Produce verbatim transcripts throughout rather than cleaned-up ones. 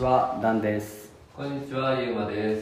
は、ダンです。 こんにちは、ゆうまです。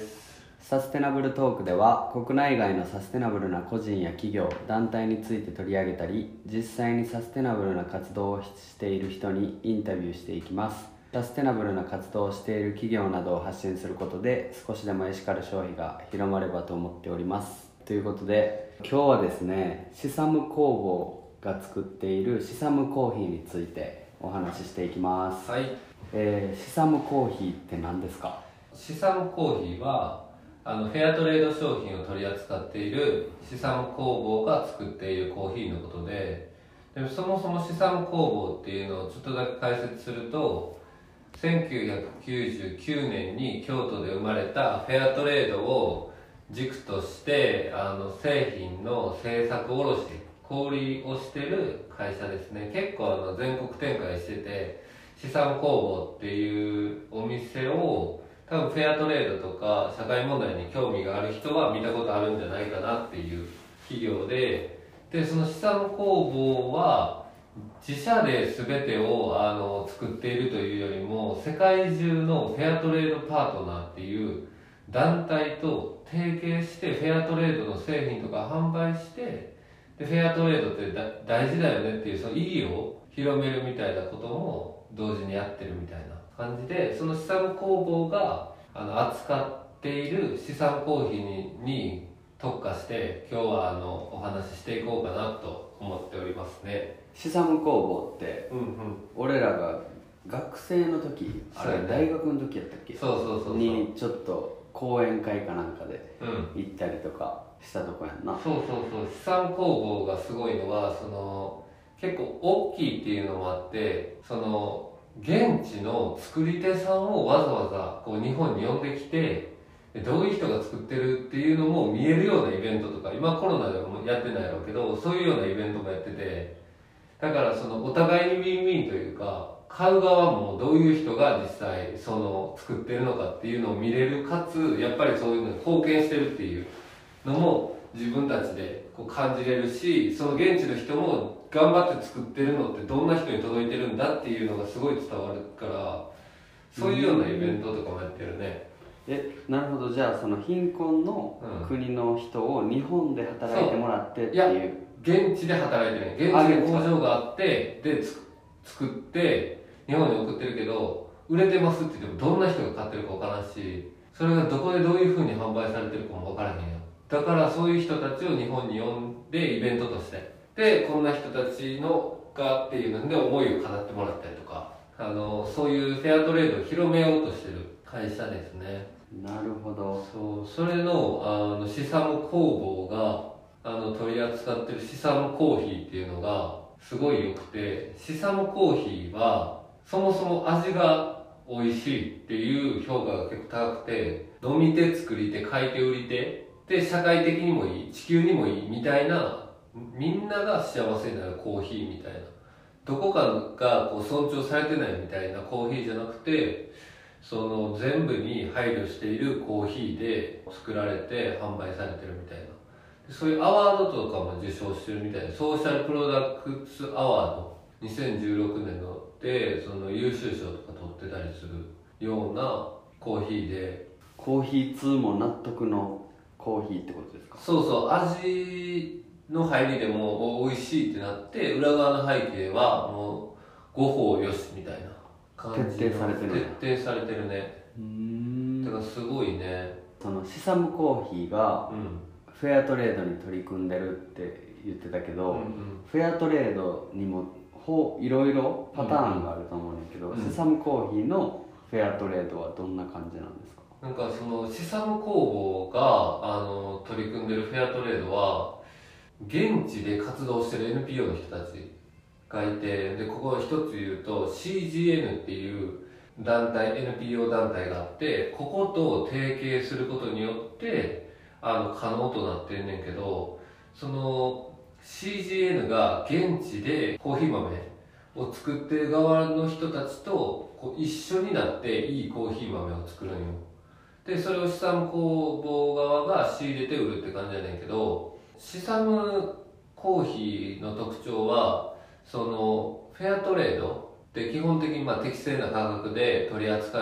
サステナブルトークでは、国内外のサステナブルな個人や企業、団体について取り上げたり、実際にサステナブルな活動をしている人にインタビューしていきます。サステナブルな活動をしている企業などを発信することで、少しでもエシカル消費が広まればと思っております。ということで、今日はですね、シサム工房が作っているシサムコーヒーについてお話ししていきます。 はい。 えー、シサムコーヒーって何ですか？ シサムコーヒーはあのフェアトレード商品を取り扱っているシサム工房が作っているコーヒーのことで、でもそもそもシサム工房っていうのをちょっとだけ解説すると、せんきゅうひゃくきゅうじゅうきゅうねんに京都で生まれたフェアトレードを軸としてあの製品の製作卸小売りをしてる会社ですね。結構あの全国展開してて、シサム工房っていうお店を多分フェアトレードとか社会問題に興味がある人は見たことあるんじゃないかなっていう企業で、でそのシサム工房は自社で全てをあの作っているというよりも、世界中のフェアトレードパートナーっていう団体と提携してフェアトレードの製品とか販売して、でフェアトレードってだ大事だよねっていうその意義を広めるみたいなことも同時にやってるみたいな感じで、そのシサム工房があの扱っているシサムコーヒーにに特化して今日はあのお話ししていこうかなと思っておりますね。 シサム工房って、 うんうん、 俺らが学生の時、あれ大学の時やったっけ？ そうそうそうそうにちょっと講演会かなんかでうん行ったりとかしたとこやんな。 そうそうそうシサム工房がすごいのは、その結構大きいっていうのもあって、その現地の作り手さんをわざわざこう日本に呼んできて、どういう人が作ってるっていうのも見えるようなイベントとか、今コロナでもやってないやろうけど、そういうようなイベントもやってて、だからそのお互いにウィンウィンというか、買う側もどういう人が実際その作ってるのかっていうのを見れる、かつやっぱりそういうのに貢献してるっていうのも自分たちでこう感じれるし、その現地の人も頑張って作ってるのってどんな人に届いてるんだっていうのがすごい伝わるから、そういうようなイベントとかもやってるね。 え、なるほど。じゃあその貧困の国の人を日本で働いてもらってっていう、 いや現地で働いてるね。現地で工場があってでつ作って日本に送ってるけど、売れてますって言ってもどんな人が買ってるか分からんし、それがどこでどういうふうに販売されてるかも分からへんよ。だからそういう人たちを日本に呼んでイベントとしてで、こんな人たちのがっていうので思いを叶ってもらったりとか、あのそういうフェアトレードを広めようとしてる会社ですね。 なるほど。 そうそれのあのシサム工房があの取り扱ってるシサムコーヒーっていうのがすごい良くて、シサムコーヒーはそもそも味が美味しいっていう評価が結構高くて、飲み手、作り手、買い手、売り手で社会的にもいい、地球にもいいみたいな、みんなが幸せになるコーヒーみたいな、どこかがこう尊重されてないみたいなコーヒーじゃなくて、その全部に配慮しているコーヒーで作られて販売されてるみたいな、そういうアワードとかも受賞してるみたいで、ソーシャルプロダクツアワードにせんじゅうろくねんのでその優秀賞とか取ってたりするようなコーヒーで、 コーヒー通も納得のコーヒーってことですか？ そうそう、味の入りでも美味しいってなって、裏側の背景はもうご法よしみたいな感じの徹底されてるね。 徹底されてるね。 うーん。 だからすごいね。 そのシサムコーヒーがうんフェアトレードに取り組んでるって言ってたけど、 うんうん、 フェアトレードにもほいろいろパターンがあると思うんだけど、 うん、 シサムコーヒーのフェアトレードはどんな感じなんですか？ なんかそのシサム工房があの取り組んでるフェアトレードは、現地で活動してる エヌピーオー の人たちがいて、でここ一つ言うと シージーエヌ っていう団体 エヌピーオー 団体があって、ここと提携することによってあの可能となってんねんけど、その シージーエヌ が現地でコーヒー豆を作ってる側の人たちとこう一緒になっていいコーヒー豆を作るんよ。でそれをシサム工房側が仕入れて売るって感じやねんけど、シサムコーヒーの特徴は、そのフェアトレードで基本的にまあ適正な価格で取り扱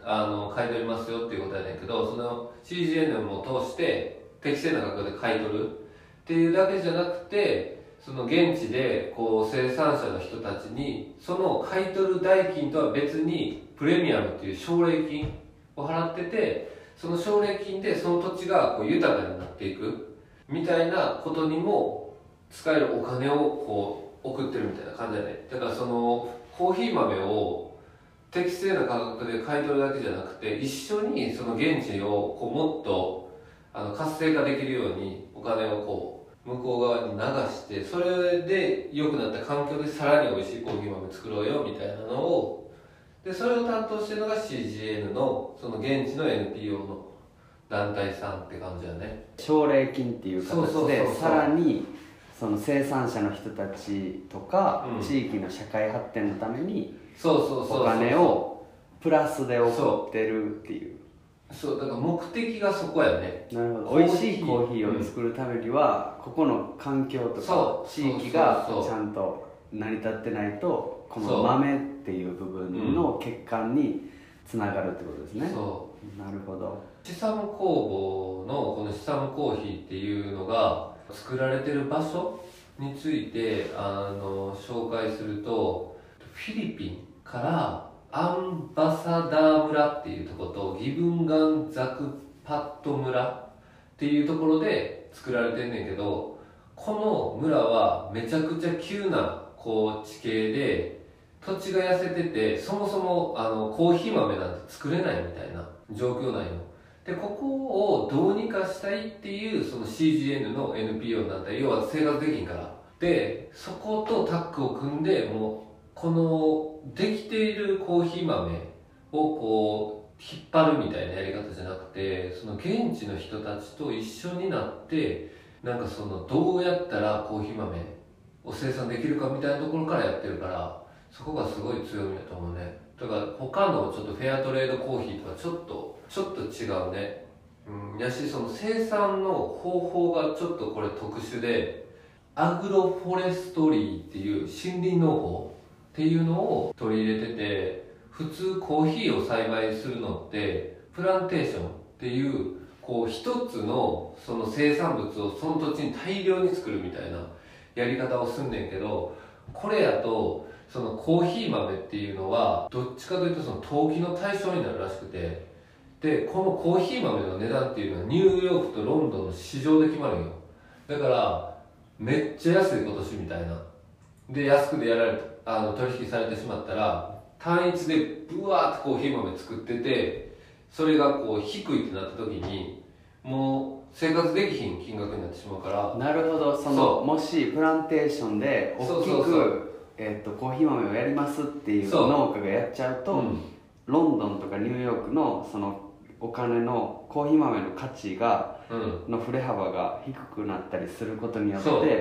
あの買い取りますよっていうことやねんけど、その シージーエヌ も通して適正な価格で買い取るっていうだけじゃなくて、その現地でこう生産者の人たちにその買い取る代金とは別にプレミアムっていう奨励金を払ってて、その奨励金でその土地がこう豊かになっていくみたいなことにも使えるお金をこう送ってるみたいな感じだね。だからそのコーヒー豆を適正な価格で買い取るだけじゃなくて、一緒にその現地をこうもっとあの活性化できるようにお金をこう向こう側に流して、それで良くなった環境でさらに美味しいコーヒー豆作ろうよみたいなのを、でそれを担当してるのが シージーエヌ のその現地の エヌピーオー の団体さんって感じだね。 奨励金っていう形でさらにその生産者の人たちとか、うん、地域の社会発展のためにお金をプラスで送ってるっていう。 そうだから目的がそこやね。 なるほど。美味しいコーヒーを作るためには、うん、ここの環境とか地域がちゃんと成り立ってないと、この豆っていう部分の欠陥につながるってことですね。そうなるほど。 シサム工房のこのシサムコーヒーっていうのが作られてる場所についてあの紹介すると、フィリピンからアンバサダー村っていうところとギブンガンザクパット村っていうところで作られてんねんけど、この村はめちゃくちゃ急なこう地形で土地が痩せてて、そもそもあのコーヒー豆なんて作れないみたいな状況なんよ。でここをどうにかしたいっていうその シージーエヌ の エヌピーオー になったら、要は生活できんからで、そことタッグを組んで、もうこのできているコーヒー豆をこう引っ張るみたいなやり方じゃなくて、その現地の人たちと一緒になって、なんかそのどうやったらコーヒー豆を生産できるかみたいなところからやってるから、そこがすごい強みだと思うね。だから他のちょっとフェアトレードコーヒーとはちょっとちょっと違うね。うん、やしその生産の方法がちょっとこれ特殊で、アグロフォレストリーっていう森林農法っていうのを取り入れてて、普通コーヒーを栽培するのってプランテーションっていうこう一つのその生産物をその土地に大量に作るみたいなやり方をすんねんけど、これやとそのコーヒー豆っていうのはどっちかというとその投機の対象になるらしくて、でこのコーヒー豆の値段っていうのはニューヨークとロンドンの市場で決まるんよ。だからめっちゃ安い今年みたいなで、安くでやられあの取引されてしまったら、単一でブワーってコーヒー豆作ってて、それがこう低いってなった時にもう生活できひん金額になってしまうから。 なるほど。そのもしプランテーションで大きくそうそうそう、えー、とコーヒー豆をやりますっていう農家がやっちゃうと、うん、ロンドンとかニューヨークのそのお金のコーヒー豆の価値が、うん、の振れ幅が低くなったりすることによって、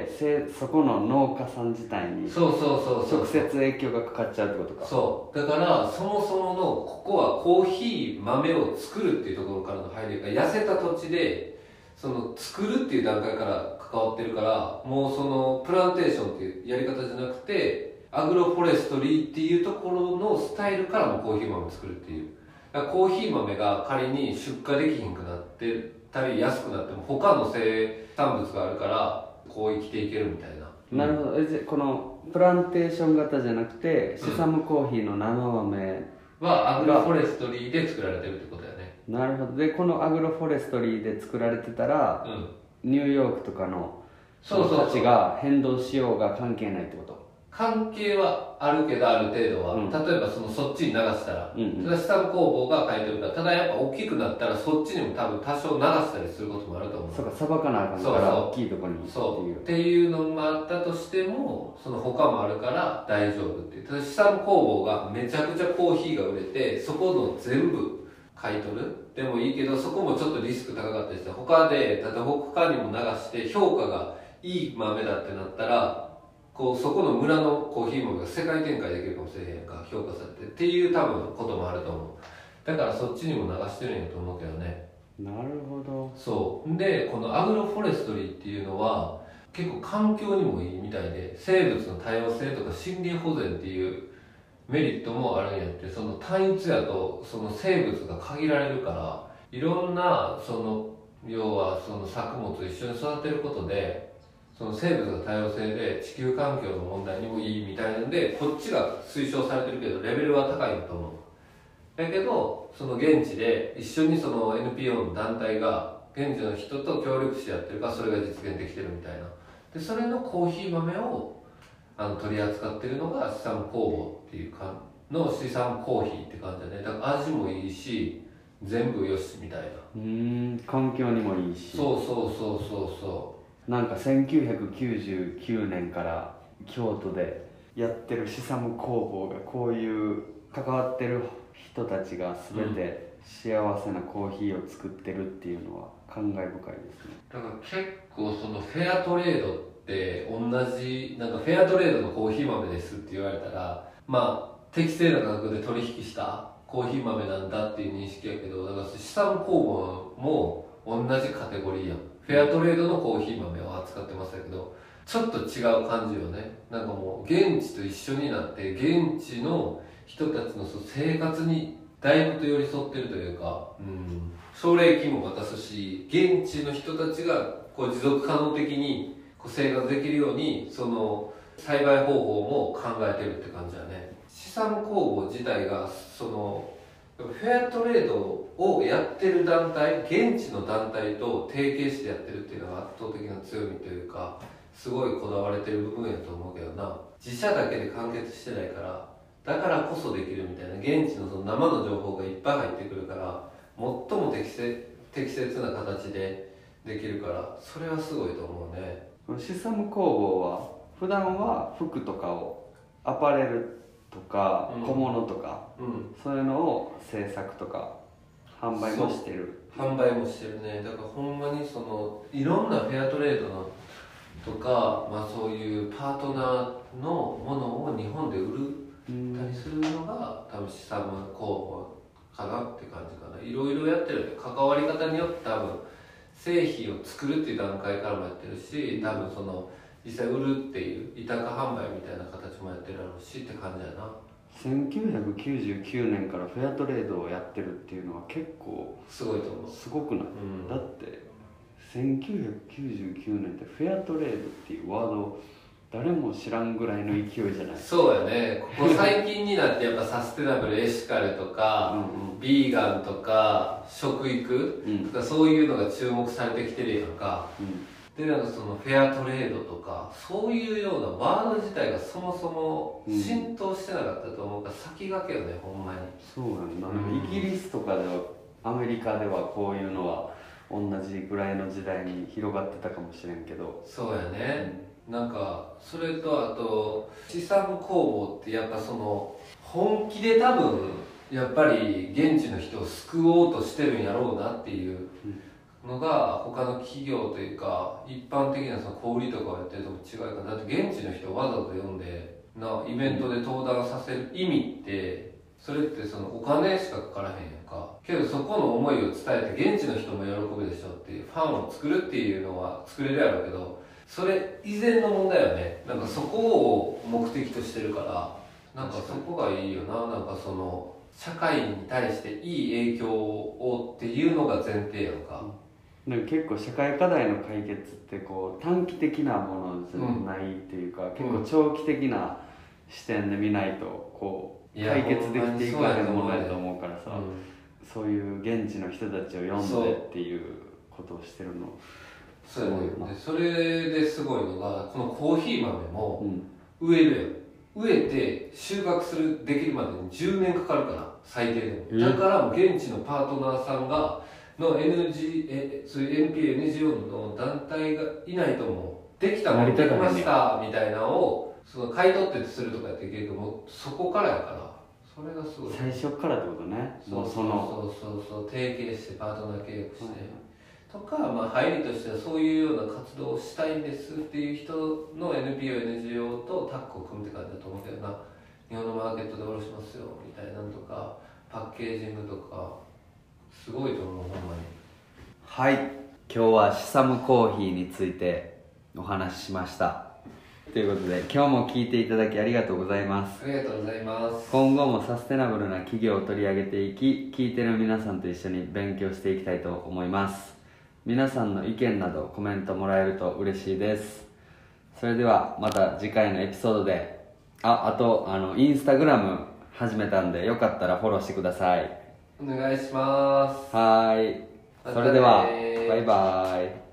そ, そこの農家さん自体に直接影響がかかっちゃうってことか。 そうだからそもそものここはコーヒー豆を作るっていうところからの入りが、痩せた土地でその作るっていう段階から関わってるから、もうそのプランテーションっていうやり方じゃなくてアグロフォレストリーっていうところのスタイルからもコーヒー豆を作るっていう。コーヒー豆が仮に出荷できひんくなってたり安くなっても他の生産物があるからこう生きていけるみたいな。 なるほど。えこのプランテーション型じゃなくて、シサムコーヒーの生豆はアグロフォレストリーで作られてるってことだよね。 なるほど。でこのアグロフォレストリーで作られてたら、うん、ニューヨークとかの価値が変動しようが関係ないってこと？ 関係はあるけど、ある程度は、うん、例えばそのそっちに流したら、うんうん、それは下の工房が書いてるから、ただやっぱ大きくなったらそっちにも多分多少流したりすることもあると思う。 そうか、さばかなあかんから大きいところにっていう。 そうっていうのもあったとしても、その他もあるから大丈夫っていう。ただ下の工房がめちゃくちゃコーヒーが売れて、そこの全部買い取るでもいいけど、そこもちょっとリスク高かったりして、他で例えば他にも流して評価がいい豆だってなったら、こうそこの村のコーヒー豆が世界展開できるかもしれへんか、評価されてっていう多分こともあると思う。だからそっちにも流してるんやと思うけどね。 なるほど。 そうで、このアグロフォレストリーっていうのは結構環境にもいいみたいで、生物の多様性とか森林保全っていうメリットもあるんやって。その単一やとその生物が限られるから、いろんなその要はその作物を一緒に育てることで、その生物が多様性で地球環境の問題にもいいみたいなんで、こっちが推奨されてるけどレベルは高いんだと思う。だけどその現地で一緒にその エヌピーオー の団体が現地の人と協力してやってるから、それが実現できてるみたいな。でそれのコーヒー豆をあの取り扱ってるのが資産工房っていうかの資産コーヒーって感じだね。だから味もいいし全部よしみたいな。 うーん、環境にもいいし。 そうそうそうそうそなんかせんきゅうひゃくきゅうじゅうきゅうねんから京都でやってるシサム工房がこういう関わってる人たちが全て幸せなコーヒーを作ってるっていうのは感慨深いですね。 う。だから結構そのフェアトレードって同じなんかフェアトレードのコーヒー豆ですって言われたら、まあ適正な価格で取引したコーヒー豆なんだっていう認識やけど、だから資産工房も同じカテゴリーやん。フェアトレードのコーヒー豆を扱ってましたけど、ちょっと違う感じよね。なんかもう現地と一緒になって現地の人たちのその生活にだいぶと寄り添ってるというか、うん、奨励金も渡すし、現地の人たちがこう持続可能的にこう生活できるようにその栽培方法も考えてるって感じだね。資産工房自体がそのフェアトレードをやってる団体、現地の団体と提携してやってるっていうのが圧倒的な強みというか、すごいこだわれてる部分やと思うけどな。自社だけで完結してないから、だからこそできるみたいな、現地のその生の情報がいっぱい入ってくるから、最も適切適切な形でできるから、それはすごいと思うね。 シサム工房は普段は服とかをアパレルとか小物とか、 うん、 そういうのを制作とか販売もしてる。 販売もしてるね。だからほんまにそのいろんなフェアトレードのとか、まあ、そういうパートナーのものを日本で売るたりするのが多分資産工房かなって感じかな。いろいろやってるね。関わり方によって多分製品を作るっていう段階からもやってるし、多分その実際売るっていう委託販売みたいな形もやってるだろうしって感じやな。 せんきゅうひゃくきゅうじゅうきゅうねんからフェアトレードをやってるっていうのは結構すごいと思う。 すごくない、うん、だってせんきゅうひゃくきゅうじゅうきゅうねんってフェアトレードっていうワード誰も知らんぐらいの勢いじゃない。 そうやね。ここ最近になってやっぱサステナブルエシカルとかうん、ビーガンとか食育とか、そういうのが注目されてきてるやんか、うんで、なんかそのフェアトレードとかそういうようなワード自体がそもそも浸透してなかったと思うから、先駆けよね、ほんまに。 そうやんな、うん、イギリスとかではアメリカではこういうのは同じぐらいの時代に広がってたかもしれんけど。 そうやね、うん、なんかそれとあと資産工房ってやっぱその本気で多分やっぱり現地の人を救おうとしてるんやろうなっていう、うんのが他の企業というか一般的なその小売りとかをやってるとも違いかな。だって現地の人をわざわざ呼んでなイベントで登壇させる意味って、それってそのお金しかかからへんやんか。けどそこの思いを伝えて現地の人も喜ぶでしょっていうファンを作るっていうのは作れるやろうけど、それ以前の問題よね。なんかそこを目的としてるから、なんかそこがいいよな。なんかその社会に対していい影響をっていうのが前提やんか、うんなんか結構社会課題の解決ってこう短期的なものじゃないっていうか、うん、結構長期的な視点で見ないとこう解決できていかないものだと思うからさ、うん、そういう現地の人たちを呼んでっていうことをしてるのすごいよね。それですごいのがこのコーヒー豆も植えるやん、うん、植えて収穫するできるまでにじゅうねんかかるから最低でも、だからもう現地のパートナーさんがの エヌジー えそういう エヌピーオー エヌジーオー の団体がいないともうできたもんできましたみたいなのをその買い取ってするとかやっていけるけど、もうそこからやから、それがすごい最初からってことね。 そうそうそうそうそう提携してパートナー契約して、はい、とか、まあ、入りとしてはそういうような活動をしたいんですっていう人の エヌピーオー エヌジーオー とタッグを組むって感じだと思うけどな。日本のマーケットで卸しますよみたいなのとかパッケージングとかすごいと思う、ほんまに。 はい、今日はシサムコーヒーについてお話ししました。 ということで今日も聞いていただきありがとうございます。 ありがとうございます。 今後もサステナブルな企業を取り上げていき、聞いてる皆さんと一緒に勉強していきたいと思います。皆さんの意見などコメントもらえると嬉しいです。それではまた次回のエピソードで、あ、あとあのインスタグラム始めたんでよかったらフォローしてください。 お願いします。 はーい、それではバイバーイ。